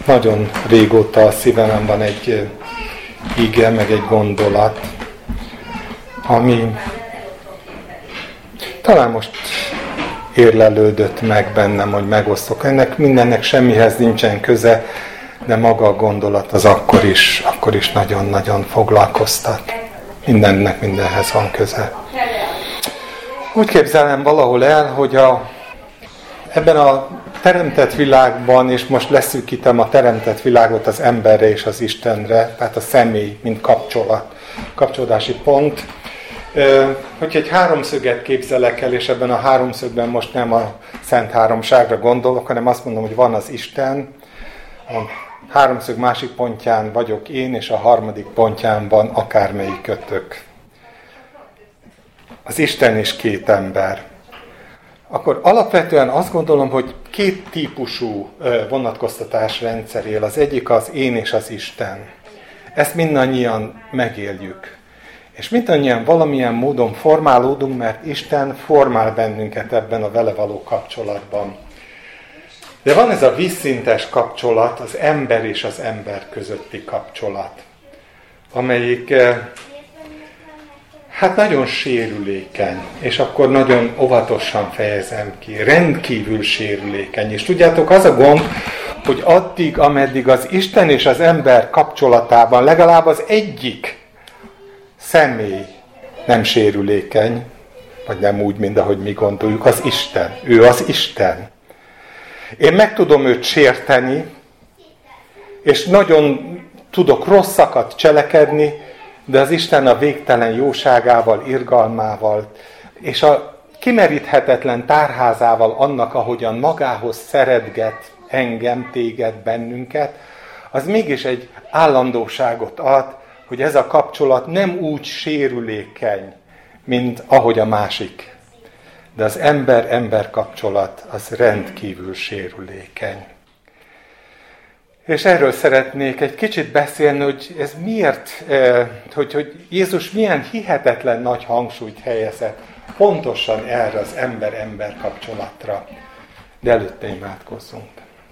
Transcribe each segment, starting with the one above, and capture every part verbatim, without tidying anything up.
nagyon régóta a szívemen van egy ige, meg egy gondolat, ami talán most érlelődött meg bennem, hogy megosztok. Ennek mindennek semmihez nincsen köze, de maga a gondolat az akkor is, akkor is nagyon-nagyon foglalkoztat. Mindennek mindenhez van köze. Úgy képzelem valahol el, hogy a, ebben a teremtett világban, és most leszűkítem a teremtett világot az emberre és az Istenre, tehát a személy, mint kapcsolat, kapcsolódási pont. Hogyha egy háromszöget képzelek el, és ebben a háromszögben most nem a Szent Háromságra gondolok, hanem azt mondom, hogy van az Isten, a háromszög másik pontján vagyok én, és a harmadik pontján van akármelyik kötök. Az Isten és két ember. Akkor alapvetően azt gondolom, hogy két típusú vonatkoztatásrendszer él. Az egyik az én és az Isten. Ezt mindannyian megéljük. És mindannyian valamilyen módon formálódunk, mert Isten formál bennünket ebben a vele való kapcsolatban. De van ez a vízszintes kapcsolat, az ember és az ember közötti kapcsolat, amelyik hát nagyon sérülékeny, és akkor nagyon óvatosan fejezem ki, rendkívül sérülékeny. És tudjátok, az a gond, hogy addig, ameddig az Isten és az ember kapcsolatában legalább az egyik személy nem sérülékeny, vagy nem úgy, mint ahogy mi gondoljuk, az Isten. Ő az Isten. Én meg tudom őt sérteni, és nagyon tudok rosszakat cselekedni, de az Isten a végtelen jóságával, irgalmával, és a kimeríthetetlen tárházával annak, ahogyan magához szeretget engem, téged, bennünket, az mégis egy állandóságot ad, hogy ez a kapcsolat nem úgy sérülékeny, mint ahogy a másik. De az ember-ember kapcsolat az rendkívül sérülékeny. És erről szeretnék egy kicsit beszélni, hogy ez miért, hogy, hogy Jézus milyen hihetetlen nagy hangsúlyt helyezett pontosan erre az ember-ember kapcsolatra. De előtte imádkozzunk.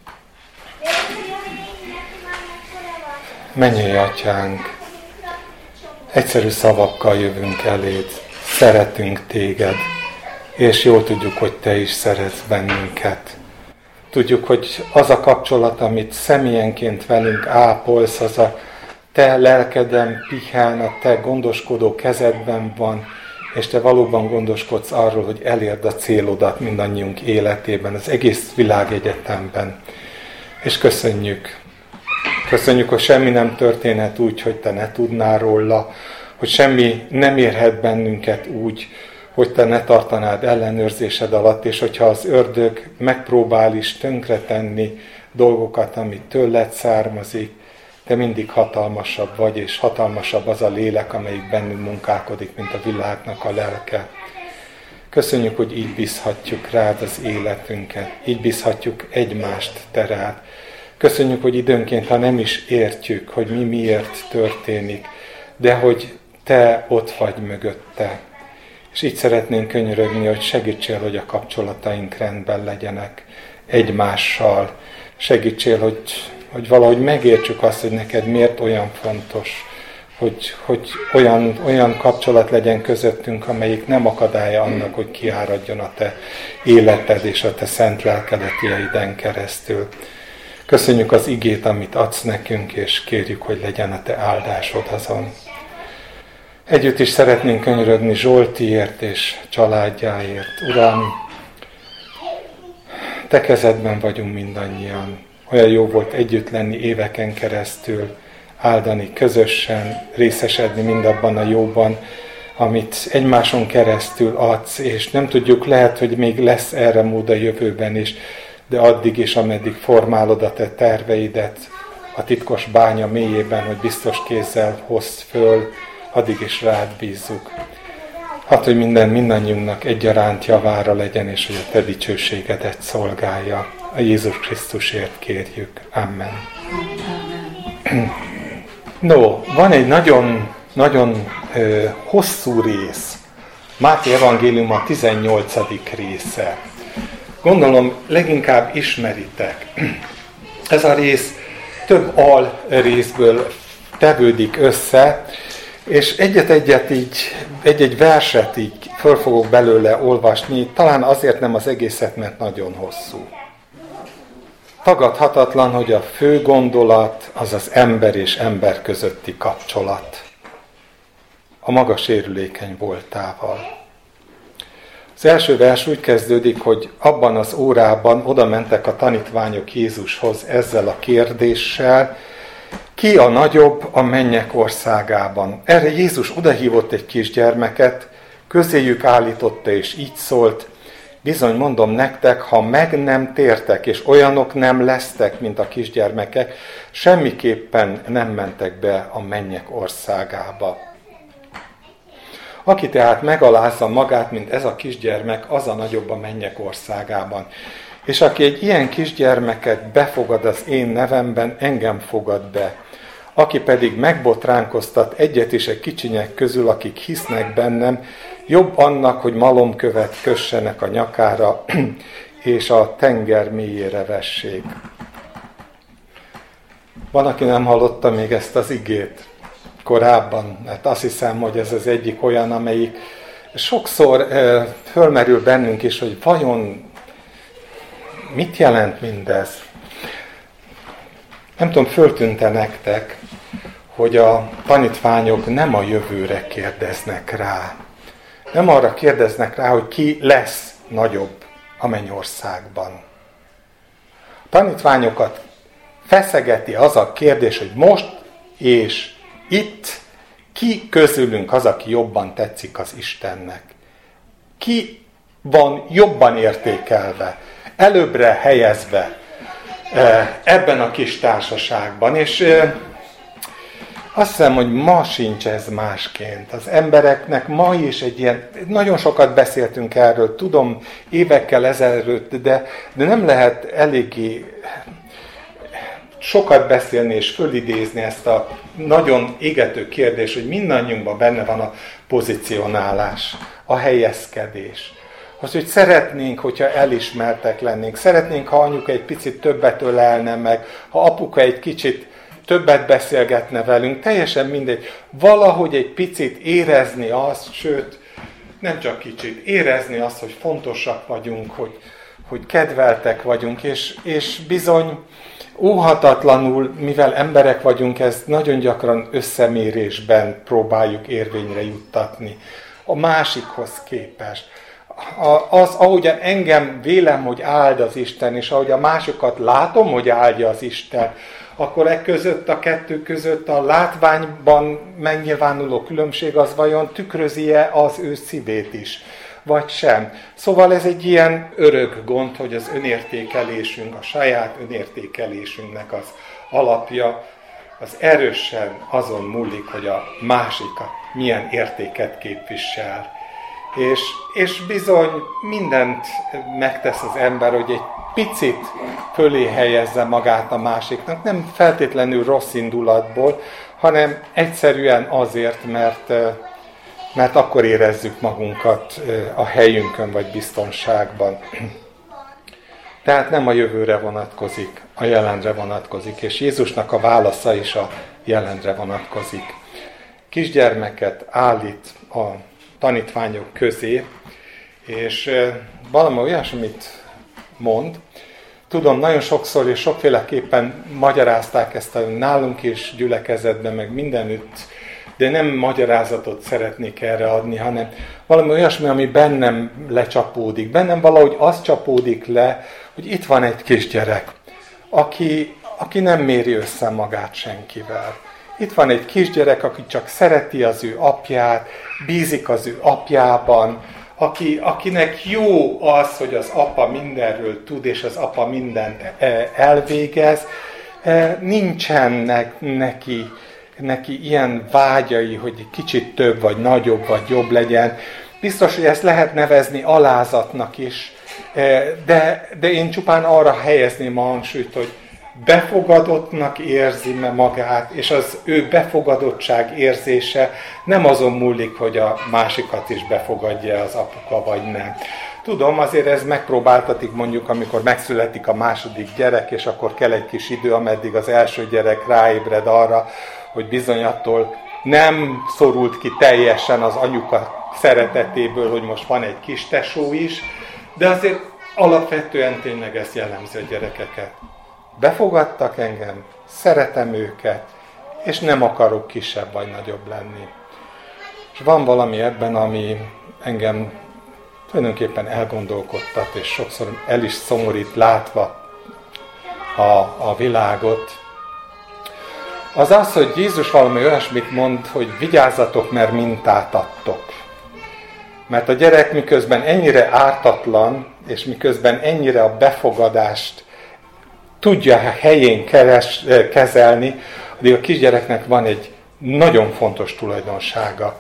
Mennyei Atyánk, egyszerű szavakkal jövünk eléd, szeretünk téged, és jól tudjuk, hogy te is szeretsz bennünket. Tudjuk, hogy az a kapcsolat, amit személyenként velünk ápolsz, az a te lelkedben pihen, a te gondoskodó kezedben van, és te valóban gondoskodsz arról, hogy elérd a célodat mindannyiunk életében, az egész világegyetemben. És köszönjük. Köszönjük, hogy semmi nem történhet úgy, hogy te ne tudnál róla, hogy semmi nem érhet bennünket úgy, hogy te ne tartanád ellenőrzésed alatt, és hogyha az ördög megpróbál is tönkretenni dolgokat, amit tőled származik, te mindig hatalmasabb vagy, és hatalmasabb az a lélek, amelyik bennünk munkálkodik, mint a világnak a lelke. Köszönjük, hogy így bízhatjuk rád az életünket, így bízhatjuk egymást te rád. Köszönjük, hogy időnként, ha nem is értjük, hogy mi miért történik, de hogy te ott vagy mögötte. És így szeretnénk könyörögni, hogy segítsél, hogy a kapcsolataink rendben legyenek egymással. Segítsél, hogy, hogy valahogy megértsük azt, hogy neked miért olyan fontos, hogy, hogy olyan, olyan kapcsolat legyen közöttünk, amelyik nem akadálya annak, hogy kiáradjon a te életed és a te szent lelkedetjeiden keresztül. Köszönjük az igét, amit adsz nekünk, és kérjük, hogy legyen a te áldásod azon. Együtt is szeretnénk könyörögni Zsoltiért és családjáért. Uram, te kezedben vagyunk mindannyian. Olyan jó volt együtt lenni éveken keresztül, áldani közösen, részesedni mindabban a jóban, amit egymáson keresztül adsz, és nem tudjuk, lehet, hogy még lesz erre mód a jövőben is, de addig is, ameddig formálod a te terveidet a titkos bánya mélyében, hogy biztos kézzel hozd föl, addig is rád bízzuk. Hadd, hogy minden mindannyiunknak egyaránt javára legyen, és hogy a te dicsőségedet szolgálja. A Jézus Krisztusért kérjük. Amen. No, van egy nagyon, nagyon ö, hosszú rész. Máté evangélium a tizennyolcadik része. Gondolom, leginkább ismeritek. Ez a rész több al részből tevődik össze, és egyet-egyet így, egy-egy verset így föl fogok belőle olvasni, talán azért nem az egészet, mert nagyon hosszú. Tagadhatatlan, hogy a fő gondolat az az ember és ember közötti kapcsolat. A maga sérülékeny voltával. Az első vers úgy kezdődik, hogy abban az órában oda mentek a tanítványok Jézushoz ezzel a kérdéssel, ki a nagyobb a mennyek országában? Erre Jézus odahívott egy kisgyermeket, közéjük állította és így szólt, bizony mondom nektek, ha meg nem tértek, és olyanok nem lesztek, mint a kisgyermekek, semmiképpen nem mentek be a mennyek országába. Aki tehát megalázza magát, mint ez a kisgyermek, az a nagyobb a mennyek országában. És aki egy ilyen kisgyermeket befogad az én nevemben, engem fogad be. Aki pedig megbotránkoztat egyet is egy kicsinyek közül, akik hisznek bennem, jobb annak, hogy malomkövet kössenek a nyakára, és a tenger mélyére vessék. Van, aki nem hallotta még ezt az igét korábban, mert azt hiszem, hogy ez az egyik olyan, amelyik sokszor e, fölmerül bennünk is, hogy vajon mit jelent mindez? Nem tudom, föltűnt-e nektek, hogy a tanítványok nem a jövőre kérdeznek rá. Nem arra kérdeznek rá, hogy ki lesz nagyobb a mennyországban. A tanítványokat feszegeti az a kérdés, hogy most és itt ki közülünk az, aki jobban tetszik az Istennek. Ki van jobban értékelve, előbbre helyezve ebben a kis társaságban. És azt hiszem, hogy ma sincs ez másként. Az embereknek ma is egy ilyen, nagyon sokat beszéltünk erről, tudom, évekkel ezelőtt, de, de nem lehet eléggé sokat beszélni és fölidézni ezt a nagyon égető kérdést, hogy mindannyiunkban benne van a pozicionálás, a helyezkedés. Az, hogy szeretnénk, hogyha elismertek lennénk, szeretnénk, ha anyuka egy picit többet ölelne meg, ha apuka egy kicsit többet beszélgetne velünk, teljesen mindegy. Valahogy egy picit érezni azt, sőt, nem csak kicsit, érezni azt, hogy fontosak vagyunk, hogy, hogy kedveltek vagyunk, és, és bizony óhatatlanul, mivel emberek vagyunk, ezt nagyon gyakran összemérésben próbáljuk érvényre juttatni. A másikhoz képest. Az, ahogyan engem vélem, hogy áld az Isten, és ahogy a másokat látom, hogy áldja az Isten, akkor e között, a kettő között a látványban megnyilvánuló különbség az vajon tükrözi-e az ő szívét is, vagy sem. Szóval ez egy ilyen örök gond, hogy az önértékelésünk, a saját önértékelésünknek az alapja, az erősen azon múlik, hogy a másik milyen értéket képvisel. És, és bizony mindent megtesz az ember, hogy egy picit fölé helyezze magát a másiknak, nem feltétlenül rossz indulatból, hanem egyszerűen azért, mert, mert akkor érezzük magunkat a helyünkön vagy biztonságban. Tehát nem a jövőre vonatkozik, a jelenre vonatkozik, és Jézusnak a válasza is a jelenre vonatkozik. Kisgyermeket állít a tanítványok közé, és valami olyasmit mond. Tudom, nagyon sokszor és sokféleképpen magyarázták ezt a nálunk is gyülekezetben, meg mindenütt, de nem magyarázatot szeretnék erre adni, hanem valami olyasmi, ami bennem lecsapódik. Bennem valahogy az csapódik le, hogy itt van egy kisgyerek, aki, aki nem méri össze magát senkivel. Itt van egy kisgyerek, aki csak szereti az ő apját, bízik az ő apjában, aki, akinek jó az, hogy az apa mindenről tud, és az apa mindent elvégez. Nincsenek neki, neki ilyen vágyai, hogy egy kicsit több, vagy nagyobb, vagy jobb legyen. Biztos, hogy ezt lehet nevezni alázatnak is, de, de én csupán arra helyezném a hangsúlyt, hogy befogadottnak érzi magát, és az ő befogadottság érzése nem azon múlik, hogy a másikat is befogadja az apuka, vagy nem. Tudom, azért ez megpróbáltatik mondjuk, amikor megszületik a második gyerek, és akkor kell egy kis idő, ameddig az első gyerek ráébred arra, hogy bizony attól nem szorult ki teljesen az anyuka szeretetéből, hogy most van egy kis tesó is, de azért alapvetően tényleg ez jellemzi a gyerekeket. Befogadtak engem, szeretem őket, és nem akarok kisebb vagy nagyobb lenni. És van valami ebben, ami engem tulajdonképpen elgondolkodtat, és sokszor el is szomorít látva a, a világot. Az az, hogy Jézus valami olyasmit mond, hogy vigyázzatok, mert mintát adtok. Mert a gyerek miközben ennyire ártatlan, és miközben ennyire a befogadást tudja helyén keres, kezelni, addig a kisgyereknek van egy nagyon fontos tulajdonsága,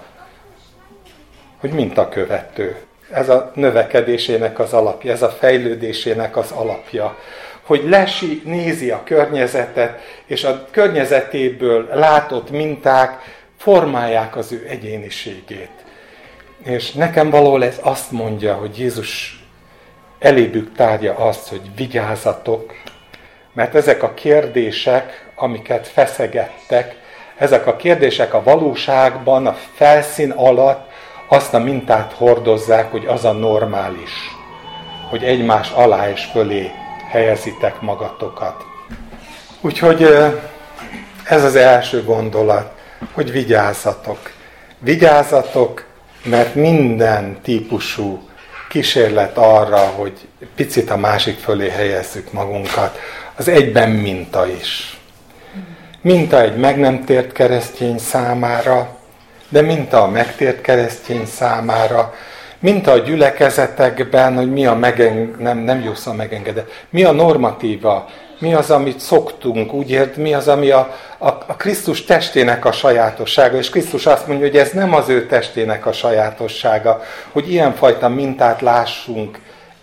hogy mintakövető. Ez a növekedésének az alapja, ez a fejlődésének az alapja. Hogy lesi, nézi a környezetet, és a környezetéből látott minták formálják az ő egyéniségét. És nekem valahol ez azt mondja, hogy Jézus elébük tárja azt, hogy vigyázzatok, mert ezek a kérdések, amiket feszegettek, ezek a kérdések a valóságban, a felszín alatt azt a mintát hordozzák, hogy az a normális, hogy egymás alá és fölé helyezitek magatokat. Úgyhogy ez az első gondolat, hogy vigyázzatok. Vigyázzatok, mert minden típusú kísérlet arra, hogy picit a másik fölé helyezzük magunkat, az egyben minta is. Minta egy meg nem tért keresztény számára, de minta a megtért keresztény számára, minta a gyülekezetekben, hogy mi a megeng... nem, nem jó szó megengedett, mi a normatíva, mi az, amit szoktunk, úgy ért, mi az, ami a, a, a Krisztus testének a sajátossága, és Krisztus azt mondja, hogy ez nem az ő testének a sajátossága, hogy ilyenfajta mintát lássunk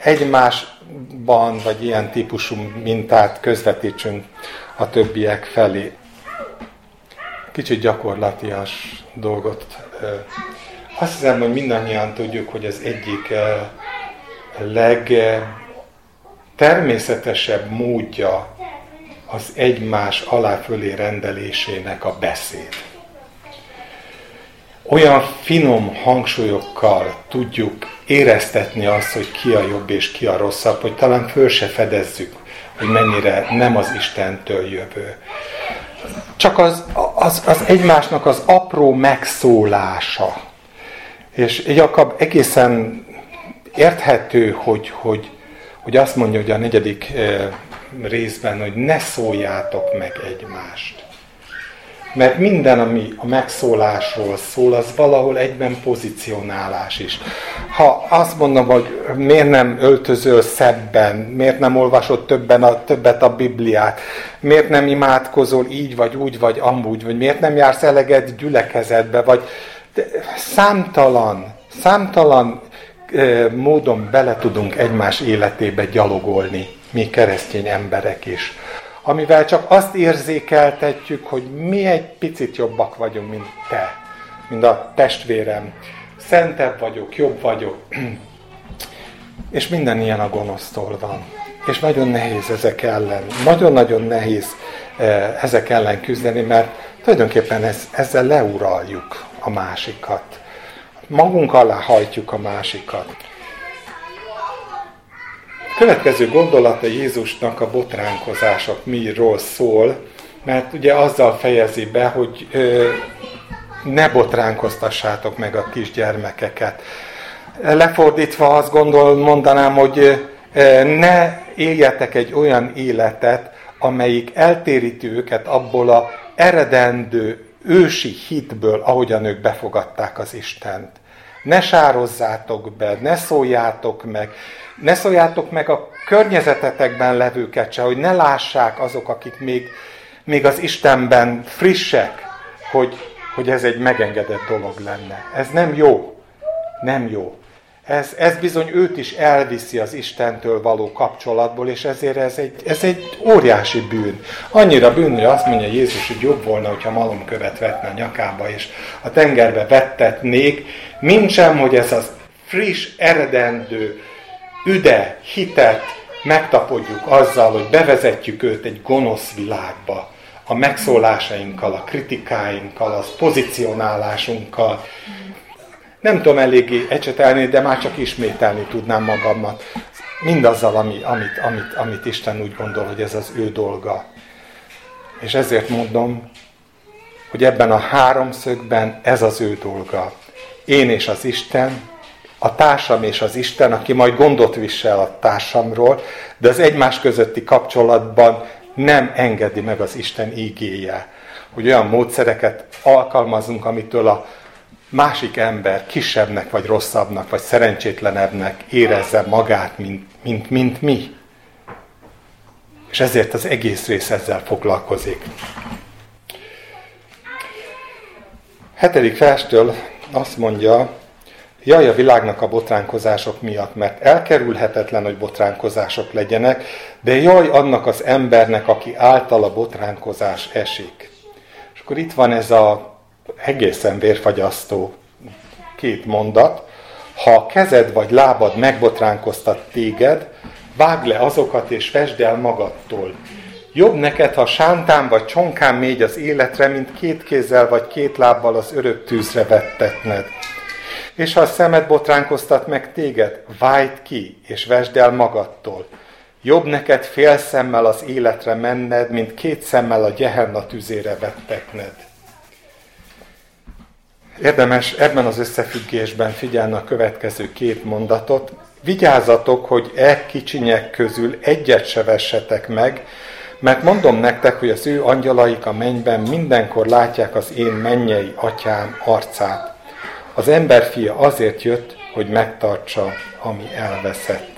egymásban, vagy ilyen típusú mintát közvetítsünk a többiek felé. Kicsit gyakorlatias dolgot. Azt hiszem, hogy mindannyian tudjuk, hogy az egyik legtermészetesebb módja az egymás aláfölé rendelésének a beszéd. Olyan finom hangsúlyokkal tudjuk éreztetni azt, hogy ki a jobb és ki a rosszabb, hogy talán föl se fedezzük, hogy mennyire nem az Istentől jövő. Csak az, az, az egymásnak az apró megszólása. És Jakab egészen érthető, hogy, hogy, hogy azt mondja, hogy a negyedik részben, hogy ne szóljátok meg egymást. Mert minden, ami a megszólásról szól, az valahol egyben pozicionálás is. Ha azt mondom, hogy miért nem öltözöl szebben, miért nem olvasod többen a, többet a Bibliát, miért nem imádkozol így, vagy úgy, vagy amúgy, vagy miért nem jársz eleget gyülekezetbe, vagy számtalan, számtalan e, módon bele tudunk egymás életébe gyalogolni, mi keresztény emberek is. Amivel csak azt érzékeltetjük, hogy mi egy picit jobbak vagyunk, mint te, mint a testvérem. Szentebb vagyok, jobb vagyok. És minden ilyen a gonosztól van. És nagyon nehéz ezek ellen, nagyon-nagyon nehéz ezek ellen küzdeni, mert tulajdonképpen ez, ezzel leuraljuk a másikat. Magunk alá hajtjuk a másikat. A következő gondolata Jézusnak a botránkozások miről szól, mert ugye azzal fejezi be, hogy ö, ne botránkoztassátok meg a kisgyermekeket. Lefordítva azt gondol, mondanám, hogy ö, ne éljetek egy olyan életet, amelyik eltéríti őket abból a eredendő ősi hitből, ahogyan ők befogadták az Istent. Ne sározzátok be, ne szóljátok meg, ne szóljátok meg a környezetetekben levőket se, hogy ne lássák azok, akik még, még az Istenben frissek, hogy, hogy ez egy megengedett dolog lenne. Ez nem jó. Nem jó. Ez, ez bizony őt is elviszi az Istentől való kapcsolatból, és ezért ez egy, ez egy óriási bűn. Annyira bűn, hogy azt mondja Jézus, hogy jobb volna, hogyha malomkövet vetne a nyakába, és a tengerbe vettetnék, mintsem, hogy ez az friss, eredendő üde, hitet megtapodjuk azzal, hogy bevezetjük őt egy gonosz világba, a megszólásainkkal, a kritikáinkkal, a pozícionálásunkkal. Nem tudom eléggé ecsetelni, de már csak ismételni tudnám magamat. Mindazzal, ami, amit, amit, amit Isten úgy gondol, hogy ez az ő dolga. És ezért mondom, hogy ebben a háromszögben ez az ő dolga. Én és az Isten, a társam és az Isten, aki majd gondot visel a társamról, de az egymás közötti kapcsolatban nem engedi meg az Isten ígéje, hogy olyan módszereket alkalmazunk, amitől a másik ember kisebbnek, vagy rosszabbnak, vagy szerencsétlenebbnek érezze magát, mint, mint, mint mi. És ezért az egész rész ezzel foglalkozik. Hetedik verstől azt mondja, jaj a világnak a botránkozások miatt, mert elkerülhetetlen, hogy botránkozások legyenek, de jaj annak az embernek, aki által a botránkozás esik. És akkor itt van ez a egészen vérfagyasztó két mondat. Ha a kezed vagy lábad megbotránkoztat téged, vágd le azokat és vesd el magadtól. Jobb neked, ha sántán vagy csonkán mégy az életre, mint két kézzel vagy két lábbal az örök tűzre vettetned. És ha a szemed botránkoztat meg téged, vájd ki, és vesd el magadtól. Jobb neked fél szemmel az életre menned, mint két szemmel a Gehenna tüzére vettetned. Érdemes ebben az összefüggésben figyelni a következő két mondatot. Vigyázzatok, hogy e kicsinyek közül egyet se vessetek meg, mert mondom nektek, hogy az ő angyalaik a mennyben mindenkor látják az én mennyei atyám arcát. Az emberfia azért jött, hogy megtartsa, ami elveszett.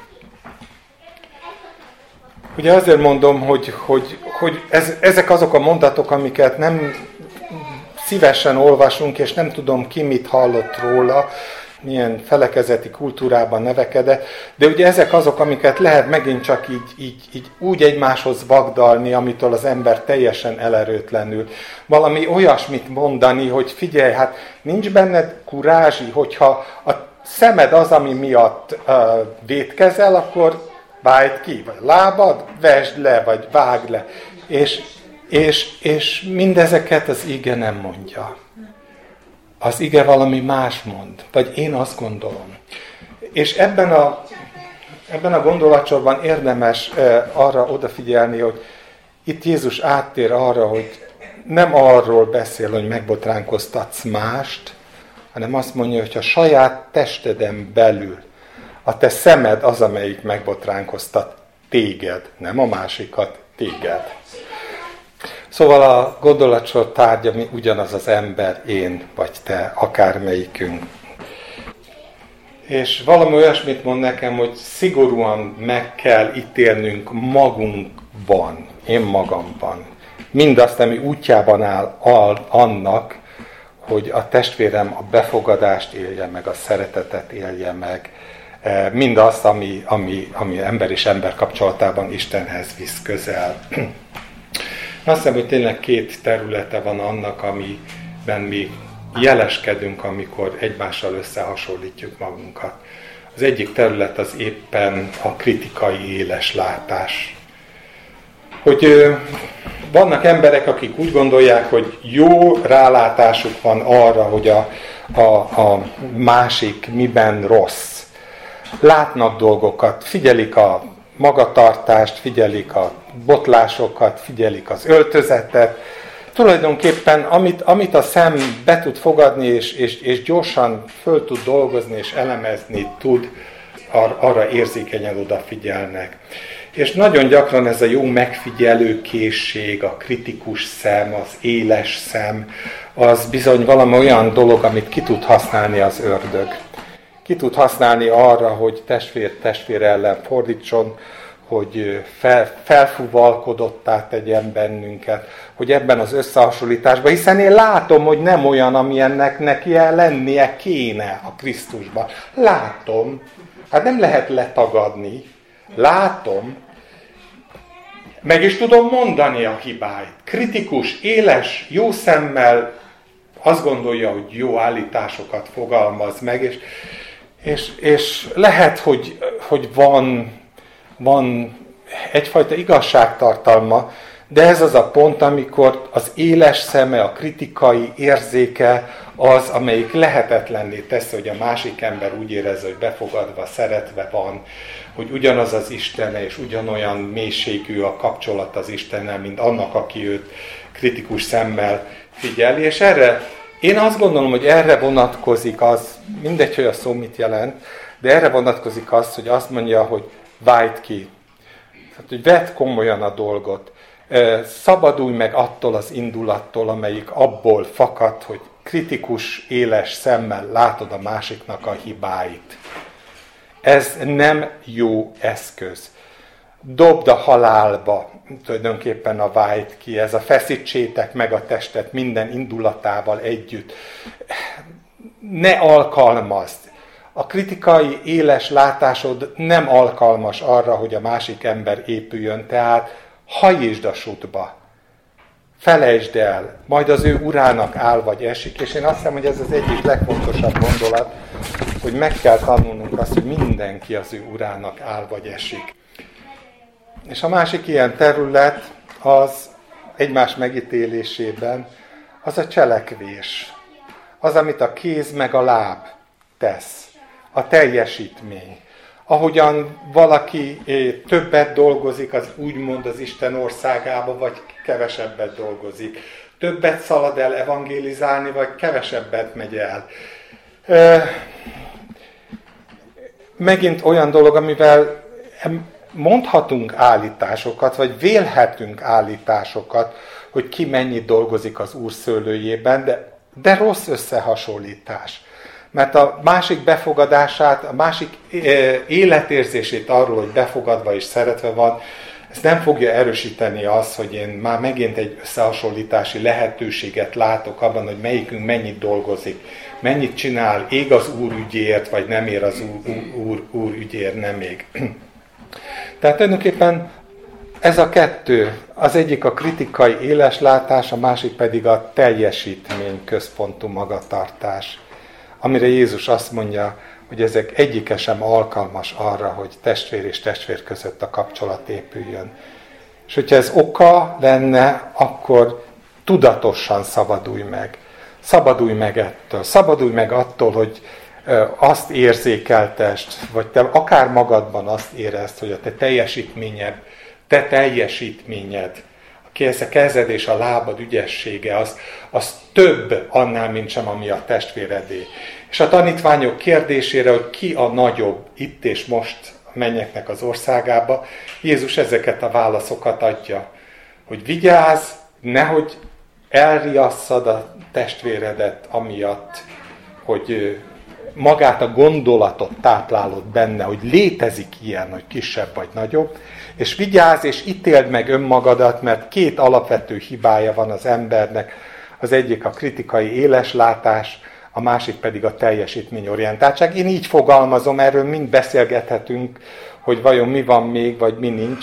Ugye azért mondom, hogy, hogy, hogy ez, ezek azok a mondatok, amiket nem szívesen olvasunk, és nem tudom ki mit hallott róla, milyen felekezeti kultúrában nevekedett, de ugye ezek azok, amiket lehet megint csak így, így, így úgy egymáshoz vagdalni, amitől az ember teljesen elerőtlenül. Valami olyasmit mondani, hogy figyelj, hát nincs benned kurázsi, hogyha a szemed az, ami miatt uh, vétkezel, akkor vájd ki, vagy lábad, vesd le, vagy vágd le. És, és, és mindezeket az ige nem mondja. Az ige valami más mond, vagy én azt gondolom. És ebben a, ebben a gondolatsorban érdemes eh, arra odafigyelni, hogy itt Jézus áttér arra, hogy nem arról beszél, hogy megbotránkoztatsz mást, hanem azt mondja, hogy a saját testeden belül a te szemed az, amelyik megbotránkoztat téged, nem a másikat, téged. Szóval a gondolatsor tárgya ugyanaz az ember, én vagy te, akármelyikünk. És valami olyasmit mond nekem, hogy szigorúan meg kell ítélnünk magunkban, én magamban. Mindazt, ami útjában áll annak, hogy a testvérem a befogadást élje meg, a szeretetet élje meg, mindazt, ami, ami, ami ember és ember kapcsolatában Istenhez visz közel. Azt hiszem, hogy tényleg két területe van annak, amiben mi jeleskedünk, amikor egymással összehasonlítjuk magunkat. Az egyik terület az éppen a kritikai éles látás. Hogy ö, vannak emberek, akik úgy gondolják, hogy jó rálátásuk van arra, hogy a, a, a másik miben rossz. Látnak dolgokat, figyelik a magatartást, figyelik a botlásokat, figyelik az öltözetet. Tulajdonképpen amit, amit a szem be tud fogadni, és, és, és gyorsan föl tud dolgozni, és elemezni tud, ar, arra érzékenyen odafigyelnek. És nagyon gyakran ez a jó megfigyelő készség, a kritikus szem, az éles szem, az bizony valami olyan dolog, amit ki tud használni az ördög. Ki tud használni arra, hogy testvér testvér ellen fordítson, hogy fel, felfúvalkodottá tegyen bennünket, hogy ebben az összehasonlításban, hiszen én látom, hogy nem olyan, amilyennek neki lennie kéne a Krisztusban. Látom, hát nem lehet letagadni, látom, meg is tudom mondani a hibáit. Kritikus, éles, jó szemmel azt gondolja, hogy jó állításokat fogalmaz meg, és És, és lehet, hogy, hogy van, van egyfajta igazságtartalma, de ez az a pont, amikor az éles szeme, a kritikai érzéke az, amelyik lehetetlenné teszi, hogy a másik ember úgy érezze, hogy befogadva, szeretve van, hogy ugyanaz az Istene, és ugyanolyan mélységű a kapcsolat az Istennel, mint annak, aki őt kritikus szemmel figyeli. És erre, én azt gondolom, hogy erre vonatkozik az, mindegy, hogy a szó mit jelent, de erre vonatkozik az, hogy azt mondja, hogy vájd ki. Tehát, hogy vedd komolyan a dolgot. Szabadulj meg attól az indulattól, amelyik abból fakad, hogy kritikus, éles szemmel látod a másiknak a hibáit. Ez nem jó eszköz. Dobd a halálba tulajdonképpen a vágyt ki, ez a feszítsétek meg a testet minden indulatával együtt. Ne alkalmazd. A kritikai éles látásod nem alkalmas arra, hogy a másik ember épüljön, tehát hajtsd a sutba. Felejtsd el, majd az ő urának áll vagy esik, és én azt hiszem, hogy ez az egyik legfontosabb gondolat, hogy meg kell tanulnunk azt, hogy mindenki az ő urának áll vagy esik. És a másik ilyen terület az egymás megítélésében, az a cselekvés. Az, amit a kéz meg a láb tesz. A teljesítmény. Ahogyan valaki többet dolgozik, az úgymond az Isten országába, vagy kevesebbet dolgozik. Többet szalad el evangélizálni, vagy kevesebbet megy el. Megint olyan dolog, amivel mondhatunk állításokat, vagy vélhetünk állításokat, hogy ki mennyit dolgozik az Úr szőlőjében, de, de rossz összehasonlítás. Mert a másik befogadását, a másik életérzését arról, hogy befogadva és szeretve van, ez nem fogja erősíteni azt, hogy én már megint egy összehasonlítási lehetőséget látok abban, hogy melyikünk mennyit dolgozik, mennyit csinál, ég az Úr ügyért, vagy nem ér az Úr, úr, úr ügyért, nem ég. Tehát tulajdonképpen ez a kettő, az egyik a kritikai éleslátás, a másik pedig a teljesítmény központú magatartás, amire Jézus azt mondja, hogy ezek egyike sem alkalmas arra, hogy testvér és testvér között a kapcsolat épüljön. És hogyha ez oka lenne, akkor tudatosan szabadulj meg. Szabadulj meg ettől. Szabadulj meg attól, hogy azt érzékeltest, vagy te akár magadban azt érezd, hogy a te teljesítményed, te teljesítményed, a kezed és a lábad ügyessége, az, az több annál, mint sem, ami a testvéredé. És a tanítványok kérdésére, hogy ki a nagyobb itt és most a mennyeknek az országába, Jézus ezeket a válaszokat adja, hogy vigyázz, nehogy elriasszad a testvéredet amiatt, hogy magát a gondolatot táplálod benne, hogy létezik ilyen, hogy kisebb vagy nagyobb, és vigyázz és ítéld meg önmagadat, mert két alapvető hibája van az embernek, az egyik a kritikai éleslátás, a másik pedig a teljesítményorientáltság. Én így fogalmazom, erről mind beszélgethetünk, hogy vajon mi van még, vagy mi nincs.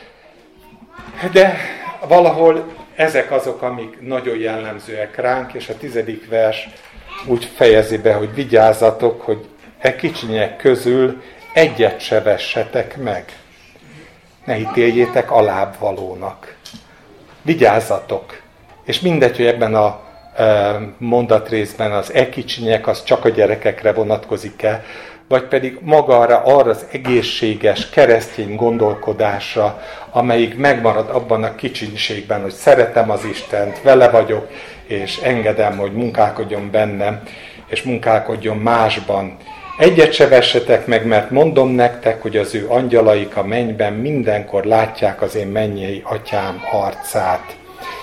De valahol ezek azok, amik nagyon jellemzőek ránk, és a tizedik vers úgy fejezi be, hogy vigyázzatok, hogy e kicsinyek közül egyet se vessetek meg. Ne ítéljétek alábbvalónak. Vigyázzatok. És mindegy, hogy ebben a mondatrészben az e kicsinyek, az csak a gyerekekre vonatkozik-e, vagy pedig maga arra, arra az egészséges keresztény gondolkodásra, amelyik megmarad abban a kicsinségben, hogy szeretem az Istent, vele vagyok, és engedem, hogy munkálkodjon bennem, és munkálkodjon másban. Egyet se vessetek meg, mert mondom nektek, hogy az ő angyalaik a mennyben mindenkor látják az én mennyei atyám arcát.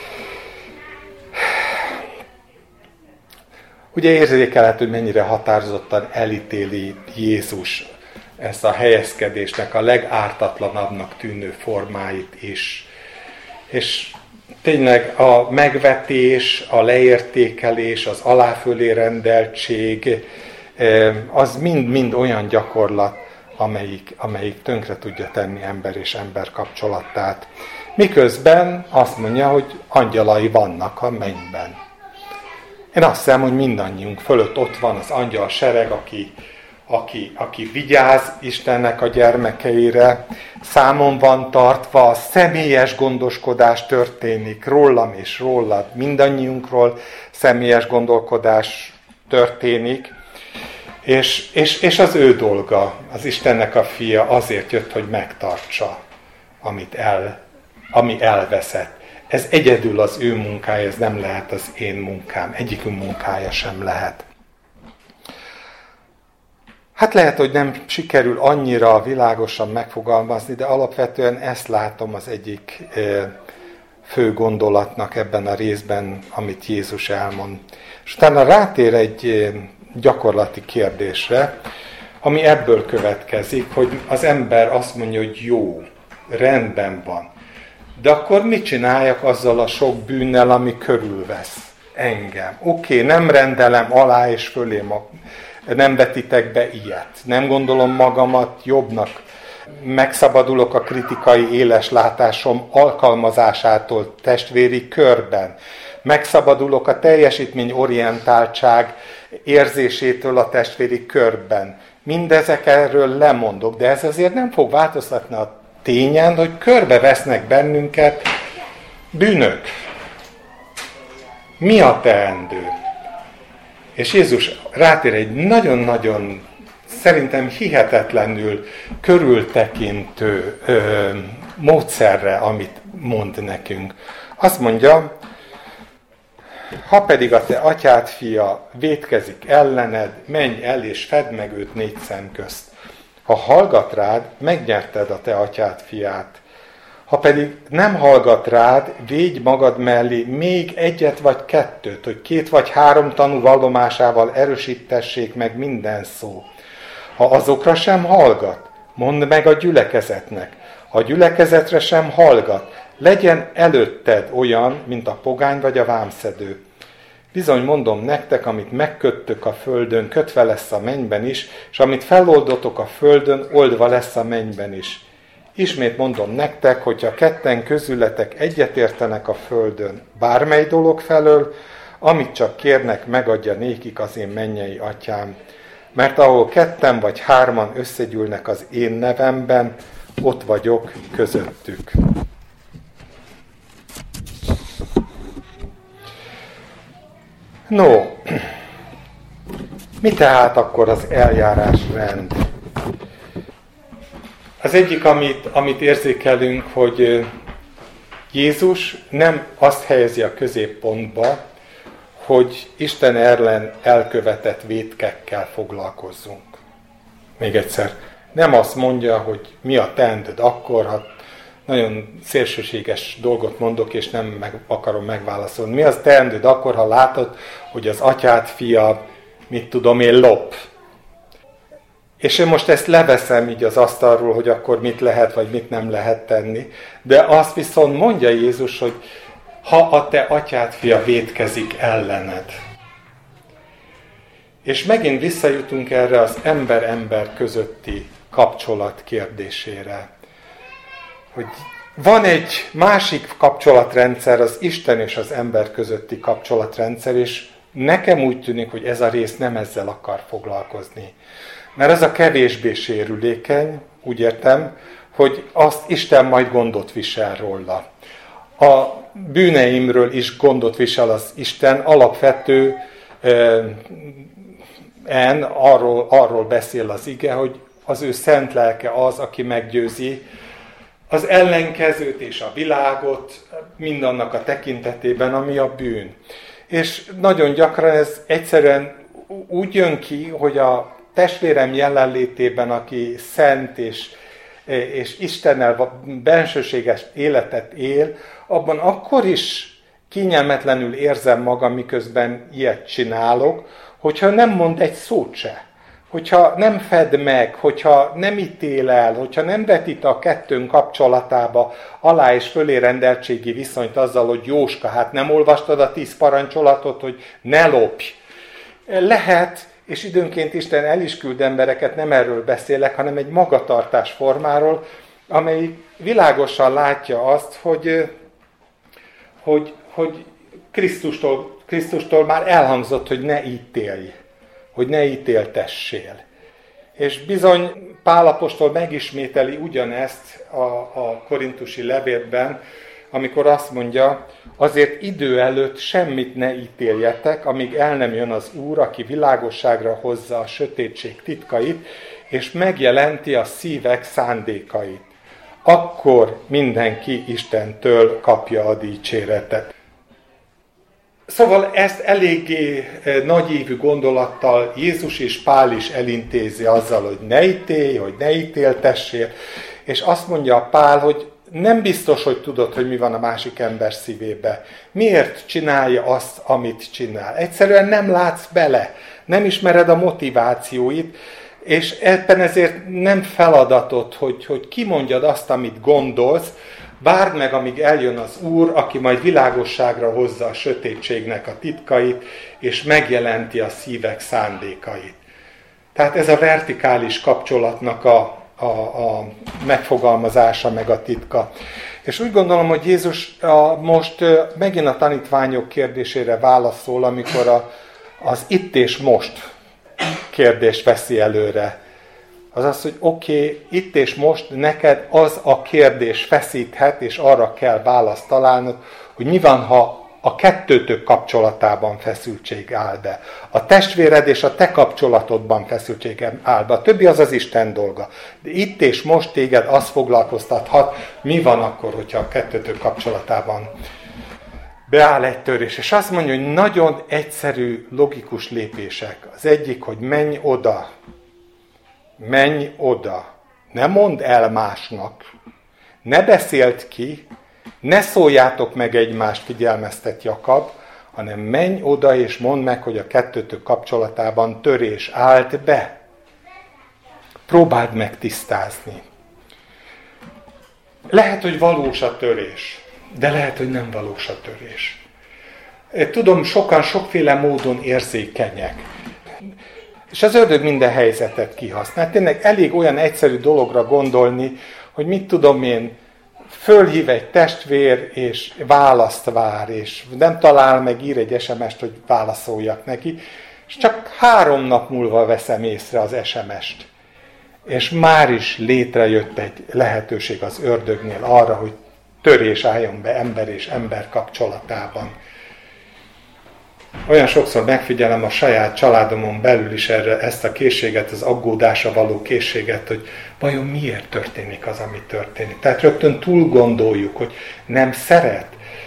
Ugye érzékelhető, hogy mennyire határozottan elítéli Jézus ezt a helyezkedésnek a legártatlanabbnak tűnő formáit is. És tényleg a megvetés, a leértékelés, az aláfölé rendeltség, az mind-mind olyan gyakorlat, amelyik, amelyik tönkre tudja tenni ember és ember kapcsolattát. Miközben azt mondja, hogy angyalai vannak a mennyben. Én azt hiszem, hogy mindannyiunk fölött ott van az angyal sereg, aki, aki, aki vigyáz Istennek a gyermekeire, számon van tartva, személyes gondoskodás történik rólam és rólad, mindannyiunkról személyes gondolkodás történik, és, és, és az ő dolga, az Istennek a fia azért jött, hogy megtartsa, amit el, ami elveszett. Ez egyedül az ő munkája, ez nem lehet az én munkám, egyikünk munkája sem lehet. Hát lehet, hogy nem sikerül annyira világosan megfogalmazni, de alapvetően ezt látom az egyik fő gondolatnak ebben a részben, amit Jézus elmond. És utána rátér egy gyakorlati kérdésre, ami ebből következik, hogy az ember azt mondja, hogy jó, rendben van. De akkor mit csináljak azzal a sok bűnnel, ami körülvesz engem? Oké, okay, nem rendelem alá és fölé, nem vetitek be ilyet. Nem gondolom magamat jobbnak. Megszabadulok a kritikai éles látásom alkalmazásától testvéri körben. Megszabadulok a teljesítményorientáltság érzésétől a testvéri körben. Mindezek erről lemondok, de ez azért nem fog változtatni a tényen, hogy körbevesznek bennünket bűnök. Mi a teendő? És Jézus rátér egy nagyon-nagyon, szerintem hihetetlenül körültekintő ö, módszerre, amit mond nekünk. Azt mondja, ha pedig a te atyád fia vétkezik ellened, menj el és fedd meg őt négy szem közt. Ha hallgat rád, megnyerted a te atyád fiát. Ha pedig nem hallgat rád, védj magad mellé még egyet vagy kettőt, hogy két vagy három tanú vallomásával erősítessék meg minden szó. Ha azokra sem hallgat, mondd meg a gyülekezetnek. Ha a gyülekezetre sem hallgat, legyen előtted olyan, mint a pogány vagy a vámszedő. Bizony mondom nektek, amit megköttök a földön, kötve lesz a mennyben is, és amit feloldotok a földön, oldva lesz a mennyben is. Ismét mondom nektek, hogyha ketten közületek egyetértenek a földön bármely dolog felől, amit csak kérnek, megadja nékik az én mennyei atyám. Mert ahol ketten vagy hárman összegyűlnek az én nevemben, ott vagyok közöttük. No, mi tehát akkor az eljárásrend? Az egyik, amit, amit érzékelünk, hogy Jézus nem azt helyezi a középpontba, hogy Isten ellen elkövetett vétkekkel foglalkozzunk. Még egyszer, nem azt mondja, hogy mi a teendőd akkor, ha nagyon szélsőséges dolgot mondok, és nem meg akarom megválaszolni. Mi az teendőd akkor, ha látod, hogy az atyád fia, mit tudom én, lop? És én most ezt leveszem így az asztalról, hogy akkor mit lehet, vagy mit nem lehet tenni. De azt viszont mondja Jézus, hogy ha a te atyád fia vétkezik ellened. És megint visszajutunk erre az ember-ember közötti kapcsolat kérdésére. Hogy van egy másik kapcsolatrendszer, az Isten és az ember közötti kapcsolatrendszer, és nekem úgy tűnik, hogy ez a rész nem ezzel akar foglalkozni. Mert ez a kevésbé sérülékeny, úgy értem, hogy azt Isten majd gondot visel róla. A bűneimről is gondot visel az Isten, alapvetően arról, arról beszél az ige, hogy az ő szent lelke az, aki meggyőzi az ellenkezőt és a világot mindannak a tekintetében, ami a bűn. És nagyon gyakran ez egyszerűen úgy jön ki, hogy a testvérem jelenlétében, aki szent és, és Istennel bensőséges életet él, abban akkor is kényelmetlenül érzem magam, miközben ilyet csinálok, hogyha nem mond egy szót se. Hogyha nem fed meg, hogyha nem ítél el, hogyha nem vetít a kettőnk kapcsolatába alá és fölé rendeltségi viszonyt azzal, hogy Jóska, hát nem olvastad a tíz parancsolatot, hogy ne lopj. Lehet, és időnként Isten el is küld embereket, nem erről beszélek, hanem egy magatartás formáról, amely világosan látja azt, hogy, hogy, hogy Krisztustól, Krisztustól már elhangzott, hogy ne ítélj, hogy ne ítéltessél. És bizony Pál apostol megismételi ugyanezt a, a korintusi levélben, amikor azt mondja, azért idő előtt semmit ne ítéljetek, amíg el nem jön az Úr, aki világosságra hozza a sötétség titkait, és megjelenti a szívek szándékait. Akkor mindenki Istentől kapja a dicséretet. Szóval ezt eléggé nagyívű gondolattal Jézus és Pál is elintézi azzal, hogy ne ítélj, hogy ne ítéltessél, és azt mondja a Pál, hogy nem biztos, hogy tudod, hogy mi van a másik ember szívébe. Miért csinálja azt, amit csinál? Egyszerűen nem látsz bele, nem ismered a motivációit, és ebben ezért nem feladatod, hogy, hogy kimondjad azt, amit gondolsz, várd meg, amíg eljön az Úr, aki majd világosságra hozza a sötétségnek a titkait, és megjelenti a szívek szándékait. Tehát ez a vertikális kapcsolatnak a, a, a megfogalmazása, meg a titka. És úgy gondolom, hogy Jézus a, most megint a tanítványok kérdésére válaszol, amikor a, az itt és most kérdést veszi előre. Az az, hogy oké, okay, itt és most neked az a kérdés feszíthet, és arra kell választ találnod, hogy mi van, ha a kettőtök kapcsolatában feszültség áll be. A testvéred és a te kapcsolatodban feszültség áll be. A többi az az Isten dolga. De itt és most téged az foglalkoztathat, mi van akkor, hogyha a kettőtök kapcsolatában beáll egy törés. És azt mondja, hogy nagyon egyszerű, logikus lépések. Az egyik, hogy menj oda. Menj oda. Ne mondd el másnak. Ne beszéld ki. Ne szóljátok meg egymást, figyelmeztet Jakab, hanem menj oda és mondd meg, hogy a kettőtök kapcsolatában törés állt be. Próbáld meg tisztázni. Lehet, hogy valós a törés, de lehet, hogy nem valós a törés. Tudom, sokan sokféle módon érzékenyek. És az ördög minden helyzetet kihasznál. Tényleg elég olyan egyszerű dologra gondolni, hogy mit tudom én, fölhív egy testvér, és választ vár, és nem talál meg, ír egy es em est, hogy válaszoljak neki, és csak három nap múlva veszem észre az es em est. És már is létrejött egy lehetőség az ördögnél arra, hogy törés álljon be ember és ember kapcsolatában. Olyan sokszor megfigyelem a saját családomon belül is erre, ezt a készséget, az aggódásra való készséget, hogy vajon miért történik az, ami történik. Tehát rögtön túl gondoljuk, hogy nem szeret,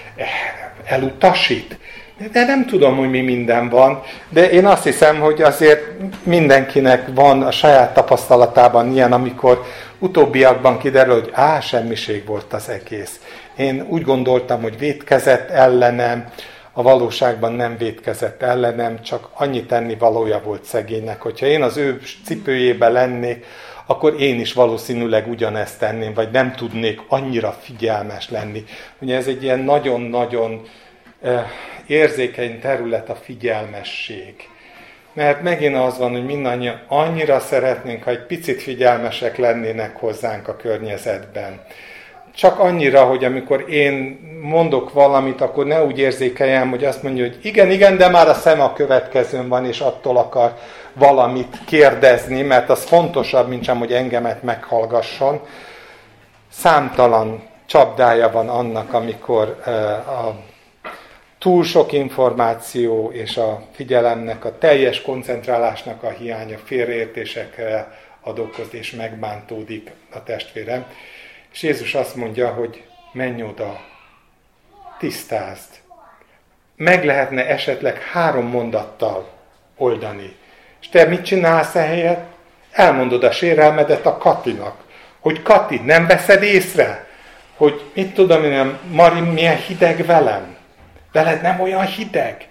elutasít. De nem tudom, hogy mi minden van, de én azt hiszem, hogy azért mindenkinek van a saját tapasztalatában ilyen, amikor utóbbiakban kiderül, hogy á, semmiség volt az egész. Én úgy gondoltam, hogy vétkezett ellenem, a valóságban nem vétkezett ellenem, csak annyi tenni valója volt szegénynek. Hogyha én az ő cipőjében lennék, akkor én is valószínűleg ugyanezt tenném, vagy nem tudnék annyira figyelmes lenni. Ugye ez egy ilyen nagyon-nagyon eh, érzékeny terület a figyelmesség. Mert megint az van, hogy mindannyian annyira szeretnénk, ha egy picit figyelmesek lennének hozzánk a környezetben. Csak annyira, hogy amikor én mondok valamit, akkor ne úgy érzékeljem, hogy azt mondja, hogy igen, igen, de már a szem a következőn van, és attól akar valamit kérdezni, mert az fontosabb, mint sem, hogy engemet meghallgasson. Számtalan csapdája van annak, amikor a túl sok információ és a figyelemnek, a teljes koncentrálásnak a hiánya félreértésekre ad okoz, és megbántódik a testvérem. És Jézus azt mondja, hogy menj oda, tisztázd. Meg lehetne esetleg három mondattal oldani. És te mit csinálsz ehelyett? Elmondod a sérelmedet a Katinak. Hogy Kati, nem veszed észre? Hogy mit tudom én, Mari, milyen hideg velem? Veled nem olyan hideg?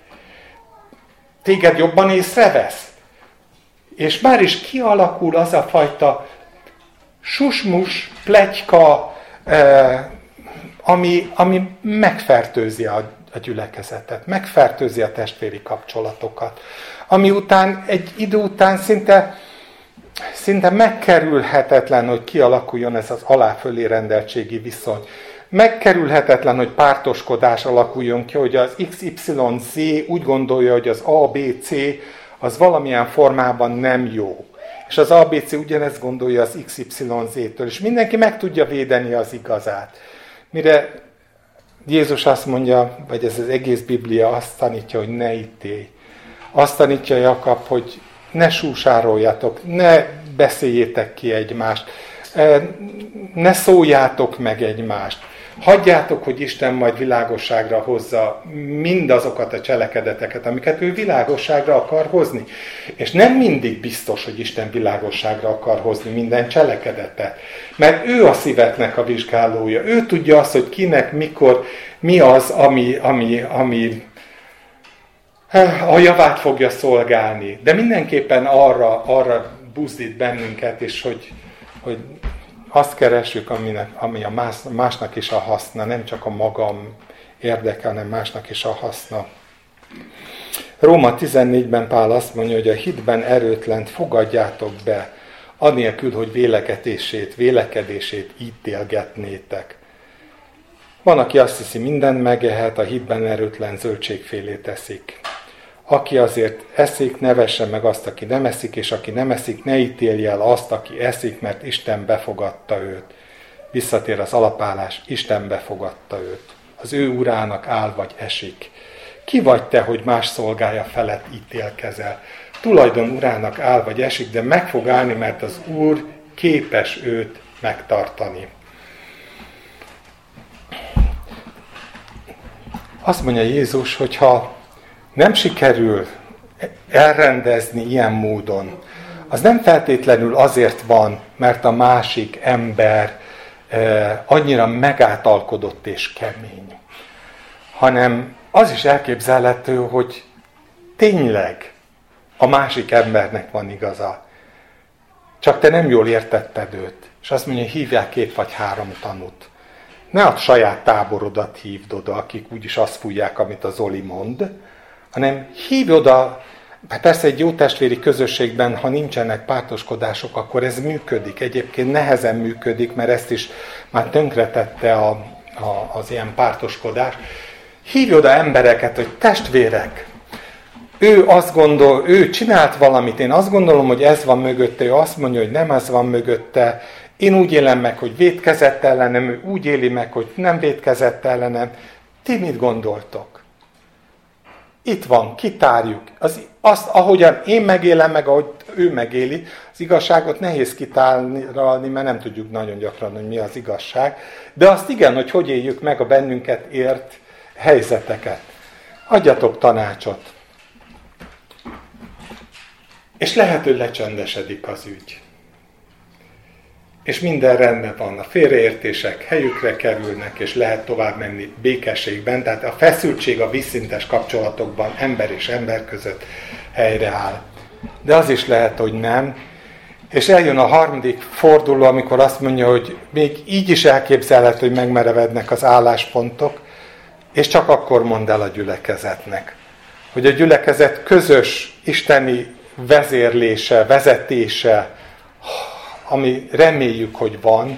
Téged jobban észrevesz? És már is kialakul az a fajta susmus, pletyka, eh, ami, ami megfertőzi a, a gyülekezetet, megfertőzi a testvéri kapcsolatokat, ami után egy idő után szinte, szinte megkerülhetetlen, hogy kialakuljon ez az alá-fölé rendeltségi viszony. Megkerülhetetlen, hogy pártoskodás alakuljon ki, hogy az iksz ipszilon zé úgy gondolja, hogy az á bé cé az valamilyen formában nem jó. És az á bé cé ugyanezt gondolja az iksz ipszilon zétől, és mindenki meg tudja védeni az igazát. Mire Jézus azt mondja, vagy ez az egész Biblia azt tanítja, hogy ne ítélj. Azt tanítja Jakab, hogy ne súsároljatok, ne beszéljétek ki egymást, ne szóljátok meg egymást. Hagyjátok, hogy Isten majd világosságra hozza mindazokat a cselekedeteket, amiket ő világosságra akar hozni. És nem mindig biztos, hogy Isten világosságra akar hozni minden cselekedetet. Mert ő a szíveknek a vizsgálója. Ő tudja azt, hogy kinek, mikor, mi az, ami, ami, ami a javát fogja szolgálni. De mindenképpen arra, arra buzdít bennünket, és hogy, hogy azt keressük, aminek, ami a más, másnak is a haszna, nem csak a magam érdeke, hanem másnak is a haszna. Róma tizennégyben Pál azt mondja, hogy a hitben erőtlent fogadjátok be, anélkül, hogy vélekedését, vélekedését ítélgetnétek. Van, aki azt hiszi, mindent megehet, a hitben erőtlen zöldségfélét eszik. Aki azért eszik, ne vesse meg azt, aki nem eszik, és aki nem eszik, ne ítélje el azt, aki eszik, mert Isten befogadta őt. Visszatér az alapállás, Isten befogadta őt. Az ő urának áll vagy esik. Ki vagy te, hogy más szolgája felett ítélkezel? Tulajdon urának áll vagy esik, de meg fog állni, mert az Úr képes őt megtartani. Azt mondja Jézus, hogyha nem sikerül elrendezni ilyen módon, az nem feltétlenül azért van, mert a másik ember eh, annyira megáltalkodott és kemény, hanem az is elképzelhető, hogy tényleg a másik embernek van igaza. Csak te nem jól értetted őt. És azt mondja, hívják két vagy három tanút. Ne a saját táborodat hívd oda, akik úgyis azt fújják, amit a Zoli mond, hanem hívj oda, persze egy jó testvéri közösségben, ha nincsenek pártoskodások, akkor ez működik. Egyébként nehezen működik, mert ezt is már tönkretette a, a, az ilyen pártoskodás. Hívj oda embereket, hogy testvérek, ő azt gondol, ő csinált valamit, én azt gondolom, hogy ez van mögötte, ő azt mondja, hogy nem ez van mögötte, én úgy élem meg, hogy vétkezett ellenem, ő úgy éli meg, hogy nem vétkezett ellenem. Ti mit gondoltok? Itt van, kitárjuk. Az, azt, ahogyan én megélem meg, ahogy ő megéli, az igazságot nehéz kitárni, mert nem tudjuk nagyon gyakran, hogy mi az igazság. De azt igen, hogy hogy éljük meg a bennünket ért helyzeteket. Adjatok tanácsot. És lehet, hogy lecsendesedik az ügy. És minden rendben van, a félreértések helyükre kerülnek, és lehet tovább menni békességben, tehát a feszültség a vízszintes kapcsolatokban ember és ember között helyreáll. De az is lehet, hogy nem. És eljön a harmadik forduló, amikor azt mondja, hogy még így is elképzelhető, hogy megmerevednek az álláspontok, és csak akkor mondd el a gyülekezetnek, hogy a gyülekezet közös isteni vezérlése, vezetése, ami reméljük, hogy van,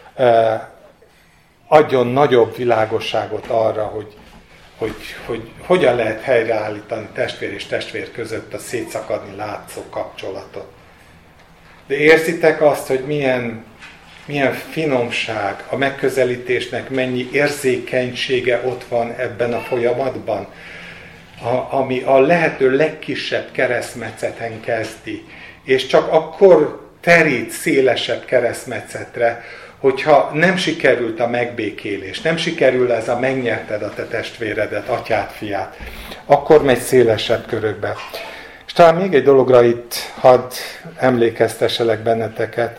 adjon nagyobb világosságot arra, hogy, hogy, hogy hogyan lehet helyreállítani testvér és testvér között a szétszakadni látszó kapcsolatot. De érzitek azt, hogy milyen, milyen finomság, a megközelítésnek mennyi érzékenysége ott van ebben a folyamatban, a, ami a lehető legkisebb keresztmetszeten kezdi, és csak akkor terít szélesebb keresztmetszetre, hogyha nem sikerült a megbékélés, nem sikerül ez a megnyerted a te testvéredet, atyát, fiát, akkor megy szélesebb körökbe. És talán még egy dologra itt hadd emlékeztesselek benneteket,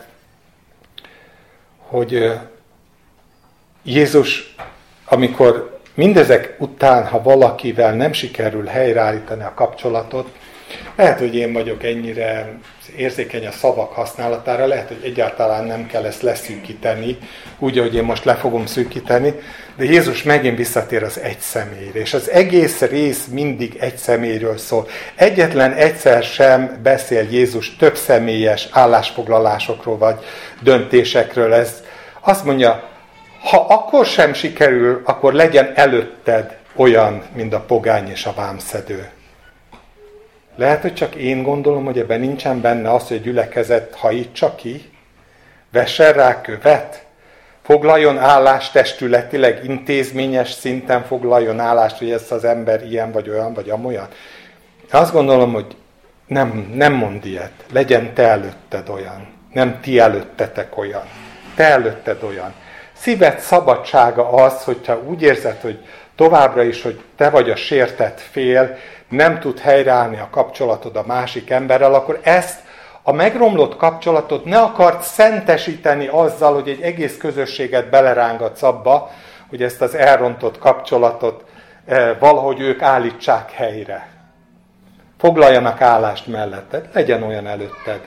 hogy Jézus, amikor mindezek után, ha valakivel nem sikerül helyreállítani a kapcsolatot, lehet, hogy én vagyok ennyire érzékeny a szavak használatára, lehet, hogy egyáltalán nem kell ezt leszűkíteni, úgy, ahogy én most le fogom szűkíteni, de Jézus megint visszatér az egy személyre, és az egész rész mindig egy személyről szól. Egyetlen egyszer sem beszél Jézus több személyes állásfoglalásokról vagy döntésekről. Ez azt mondja, ha akkor sem sikerül, akkor legyen előtted olyan, mint a pogány és a vámszedő. Lehet, hogy csak én gondolom, hogy ebben nincsen benne az, hogy a gyülekezet hajítsa ki, vessen rá követ, foglaljon állást testületileg, intézményes szinten foglaljon állást, hogy ez az ember ilyen, vagy olyan, vagy amolyan. Azt gondolom, hogy nem, nem mond ilyet. Legyen te előtted olyan. Nem ti előttetek olyan. Te előtted olyan. Szíved szabadsága az, hogyha úgy érzed, hogy továbbra is, hogy te vagy a sértett fél, nem tud helyreállni a kapcsolatod a másik emberrel, akkor ezt a megromlott kapcsolatot ne akart szentesíteni azzal, hogy egy egész közösséget belerángatsz abba, hogy ezt az elrontott kapcsolatot eh, valahogy ők állítsák helyre. Foglaljanak állást melletted, legyen olyan előtted.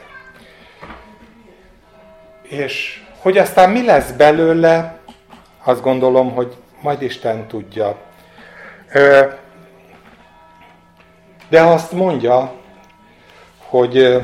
És hogy aztán mi lesz belőle, azt gondolom, hogy majd Isten tudja. De azt mondja, hogy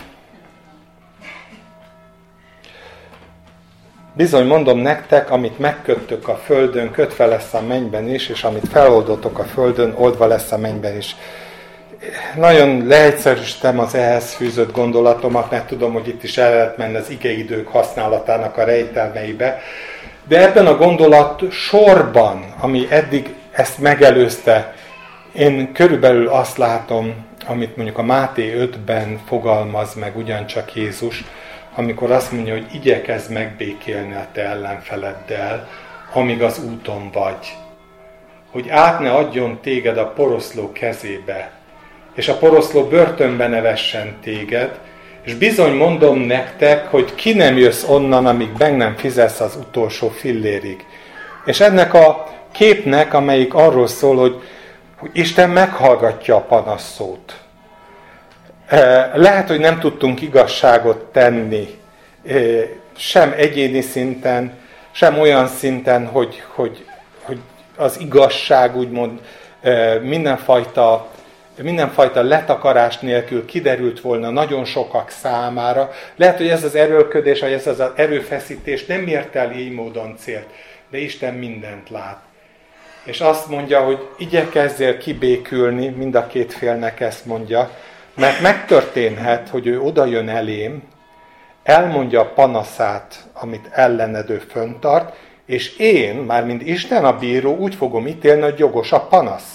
bizony mondom nektek, amit megköttök a földön, kötve lesz a mennyben is, és amit feloldotok a földön, oldva lesz a mennyben is. Nagyon leegyszerűsítem az ehhez fűzött gondolatomat, mert tudom, hogy itt is el lehet menni az igeidők használatának a rejtelmeibe. De ebben a gondolat sorban, ami eddig ezt megelőzte, én körülbelül azt látom, amit mondjuk a Máté ötben fogalmaz meg ugyancsak Jézus, amikor azt mondja, hogy igyekezz megbékélni a te ellenfeleddel, amíg az úton vagy. Hogy át ne adjon téged a poroszló kezébe, és a poroszló börtönbe ne vessen téged, és bizony mondom nektek, hogy ki nem jössz onnan, amíg meg nem fizetsz az utolsó fillérig. És ennek a képnek, amelyik arról szól, hogy, hogy Isten meghallgatja a panasszót. Lehet, hogy nem tudtunk igazságot tenni, sem egyéni szinten, sem olyan szinten, hogy, hogy, hogy az igazság úgymond mindenfajta mindenfajta letakarás nélkül kiderült volna nagyon sokak számára. Lehet, hogy ez az erőlködés, vagy ez az erőfeszítés nem ért el így módon célt, de Isten mindent lát. És azt mondja, hogy igyekezzél kibékülni, mind a két félnek ezt mondja, mert megtörténhet, hogy ő oda jön elém, elmondja a panaszát, amit ellened ő föntart, és én, mármint Isten a bíró, úgy fogom ítélni, hogy jogos a panasz.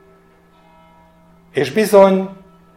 És bizony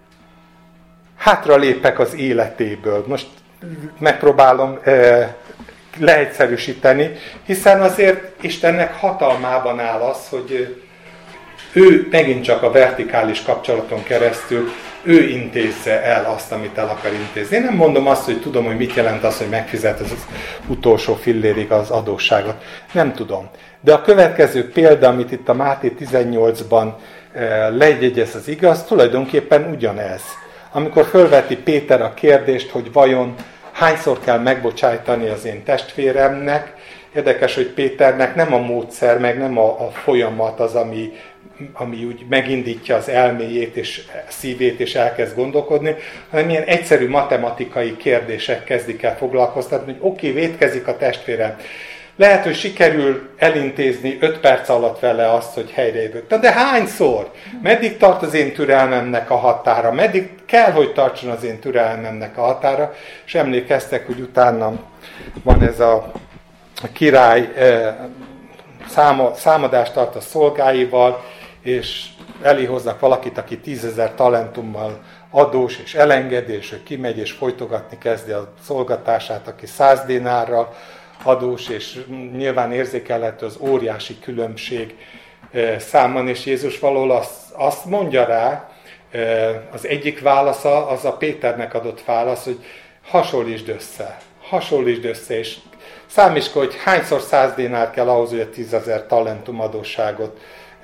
hátra lépek az életéből. Most megpróbálom e, leegyszerűsíteni, hiszen azért Istennek hatalmában áll az, hogy ő megint csak a vertikális kapcsolaton keresztül ő intézze el azt, amit el akar intézni. Én nem mondom azt, hogy tudom, hogy mit jelent az, hogy megfizet az utolsó fillérig az adósságot. Nem tudom. De a következő példa, amit itt a Máté tizennyolcban lejegyez az igaz, tulajdonképpen ugyanez. Amikor fölveti Péter a kérdést, hogy vajon hányszor kell megbocsájtani az én testvéremnek, érdekes, hogy Péternek nem a módszer, meg nem a, a folyamat az, ami, ami úgy megindítja az elméjét és szívét, és elkezd gondolkodni, hanem ilyen egyszerű matematikai kérdések kezdik el foglalkoztatni, hogy oké, okay, vétkezik a testvérem. Lehet, hogy sikerül elintézni öt perc alatt vele azt, hogy helyrejövök. De hányszor? Meddig tart az én türelmemnek a határa? Meddig kell, hogy tartson az én türelmemnek a határa? És emlékeztek, hogy utána van ez a, a király eh, száma, számadást tart a szolgáival, és elé hoznak valakit, aki tízezer talentummal adós, és elengedi, és ő kimegy, és folytogatni kezdi a szolgatását, aki száz dinárral adós, és nyilván érzékelhető az óriási különbség számban, és Jézus valahol azt, azt mondja rá, az egyik válasza, az a Péternek adott válasz, hogy hasonlítsd össze, hasonlítsd össze, és számíts, hogy hányszor száz dinár kell ahhoz, hogy a tízezer talentum adósságot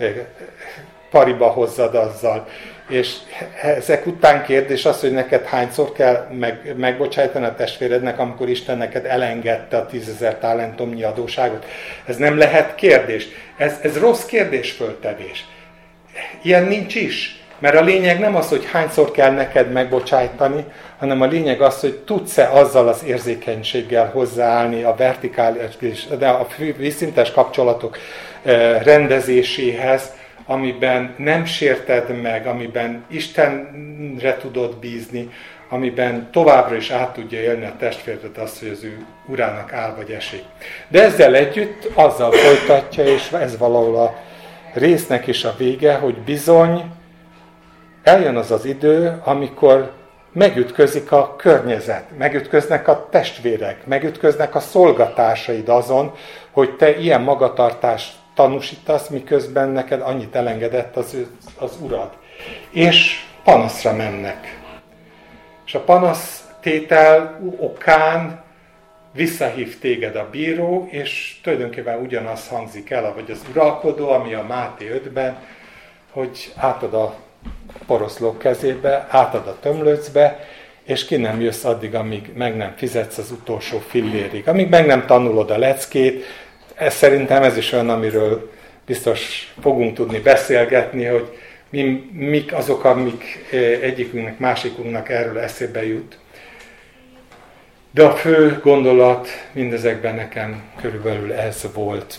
pariba hozzad azzal. És ezek után kérdés az, hogy neked hányszor kell meg, megbocsájtani a testvérednek, amikor Isten neked elengedte a tízezer talentumnyi adósságot. Ez nem lehet kérdés. Ez, ez rossz kérdésföltevés. Ilyen nincs is. Mert a lényeg nem az, hogy hányszor kell neked megbocsájtani, hanem a lényeg az, hogy tudsz-e azzal az érzékenységgel hozzáállni a vertikális, de a vízszintes kapcsolatok rendezéséhez, amiben nem sérted meg, amiben Istenre tudod bízni, amiben továbbra is át tudja élni a testvéredet azt, hogy az ő urának áll vagy esik. De ezzel együtt azzal folytatja, és ez valahol a résznek is a vége, hogy bizony eljön az az idő, amikor megütközik a környezet, megütköznek a testvérek, megütköznek a szolgatársaid azon, hogy te ilyen magatartást tanúsítasz, miközben neked annyit elengedett az, az urad. És panaszra mennek. És a panasztétel okán visszahív téged a bíró, és tulajdonképpen ugyanaz hangzik el, vagy az uralkodó, ami a Máté ötben, hogy átad a poroszlók kezébe, átad a tömlöcbe, és ki nem jössz addig, amíg meg nem fizetsz az utolsó fillérig. Amíg meg nem tanulod a leckét, ez szerintem ez is olyan, amiről biztos fogunk tudni beszélgetni, hogy mi, mik azok, amik egyikünknek, másikunknak erről eszébe jut. De a fő gondolat mindezekben nekem körülbelül ez volt.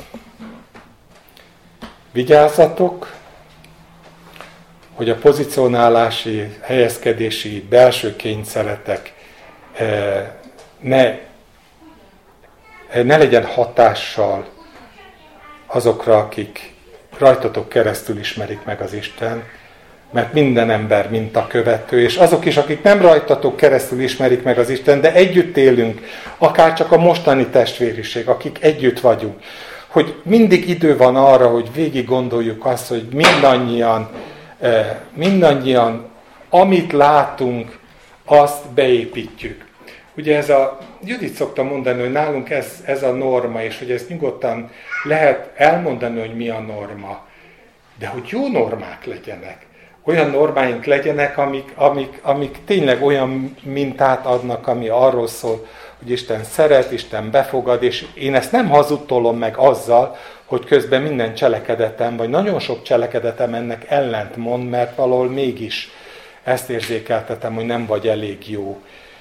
Vigyázzatok, hogy a pozicionálási, helyezkedési, belső kényszeretek ne, ne legyen hatással azokra, akik rajtatok keresztül ismerik meg az Isten, mert minden ember mintakövető, és azok is, akik nem rajtatok keresztül ismerik meg az Isten, de együtt élünk, akár csak a mostani testvériség, akik együtt vagyunk, hogy mindig idő van arra, hogy végig gondoljuk azt, hogy mindannyian, mindannyian, amit látunk, azt beépítjük. Ugye ez a, Judit szokta mondani, hogy nálunk ez, ez a norma, és hogy ezt nyugodtan lehet elmondani, hogy mi a norma. De hogy jó normák legyenek. Olyan normáink legyenek, amik, amik, amik tényleg olyan mintát adnak, ami arról szól, hogy Isten szeret, Isten befogad, és én ezt nem hazudtolom meg azzal, hogy közben minden cselekedetem, vagy nagyon sok cselekedetem ennek ellent mond, mert valahol mégis ezt érzékeltetem, hogy nem vagy elég jó.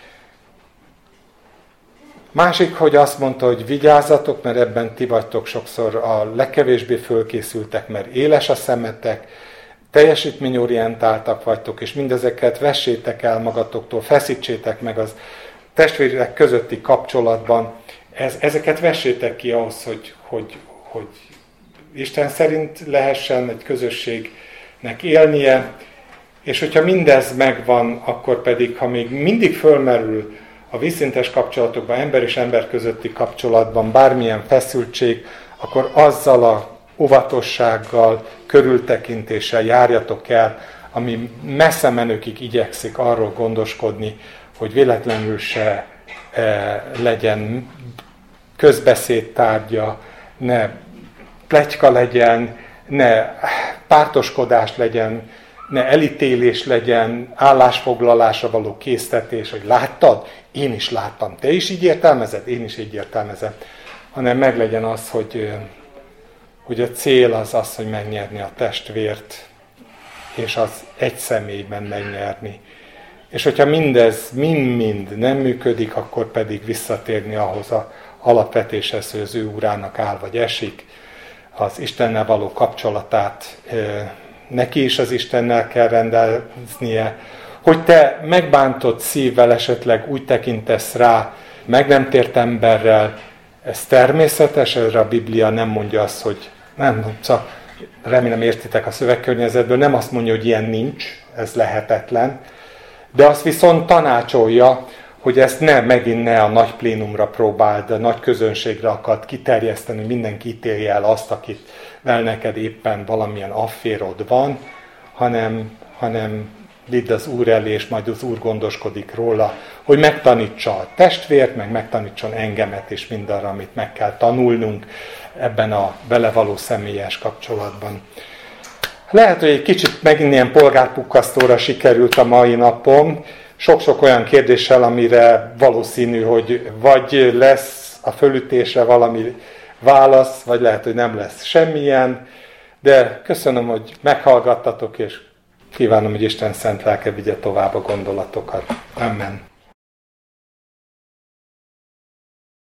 Másik, hogy azt mondta, hogy vigyázzatok, mert ebben ti vagytok sokszor a legkevésbé fölkészültek, mert éles a szemetek, teljesítményorientáltak vagytok, és mindezeket vessétek el magatoktól, feszítsétek meg az testvérek közötti kapcsolatban. Ez, ezeket vessétek ki ahhoz, hogy, hogy, hogy Isten szerint lehessen egy közösségnek élnie, és hogyha mindez megvan, akkor pedig, ha még mindig fölmerül a vízszintes kapcsolatokban, ember és ember közötti kapcsolatban bármilyen feszültség, akkor azzal a óvatossággal, körültekintéssel járjatok el, ami messze menőkig igyekszik arról gondoskodni, hogy véletlenül se e, legyen közbeszéd tárgya, ne pletyka legyen, ne pártoskodás legyen, ne elítélés legyen, állásfoglalásra való késztetés, hogy láttad? Én is láttam. Te is így értelmezed? Én is így értelmezem. Hanem meglegyen az, hogy, hogy a cél az az, hogy megnyerni a testvért, és az egy személyben megnyerni. És hogyha mindez mind-mind nem működik, akkor pedig visszatérni ahhoz az alapvetéshez, hogy az ő urának áll vagy esik, az Istennel való kapcsolatát neki is az Istennel kell rendelznie, hogy te megbántott szívvel esetleg úgy tekintesz rá, meg nem tért emberrel, ez természetes, erre a Biblia nem mondja azt, hogy nem, csak remélem értitek a szövegkörnyezetből, nem azt mondja, hogy ilyen nincs, ez lehetetlen, de azt viszont tanácsolja, hogy ezt ne, megint ne a nagy plénumra próbáld, a nagy közönségre akad kiterjeszteni, mindenki ítélje el azt, akit vel neked éppen valamilyen afférod van, hanem, hanem vidd az Úr elé, és majd az Úr gondoskodik róla, hogy megtanítsa a testvért, meg megtanítson engemet, és mindarra, amit meg kell tanulnunk ebben a vele való személyes kapcsolatban. Lehet, hogy egy kicsit megint ilyen polgárpukkasztóra sikerült a mai napom, sok-sok olyan kérdéssel, amire valószínű, hogy vagy lesz a fölütésre valami válasz, vagy lehet, hogy nem lesz semmilyen, de köszönöm, hogy meghallgattatok, és kívánom, hogy Isten szent lelke vigye tovább a gondolatokat. Amen.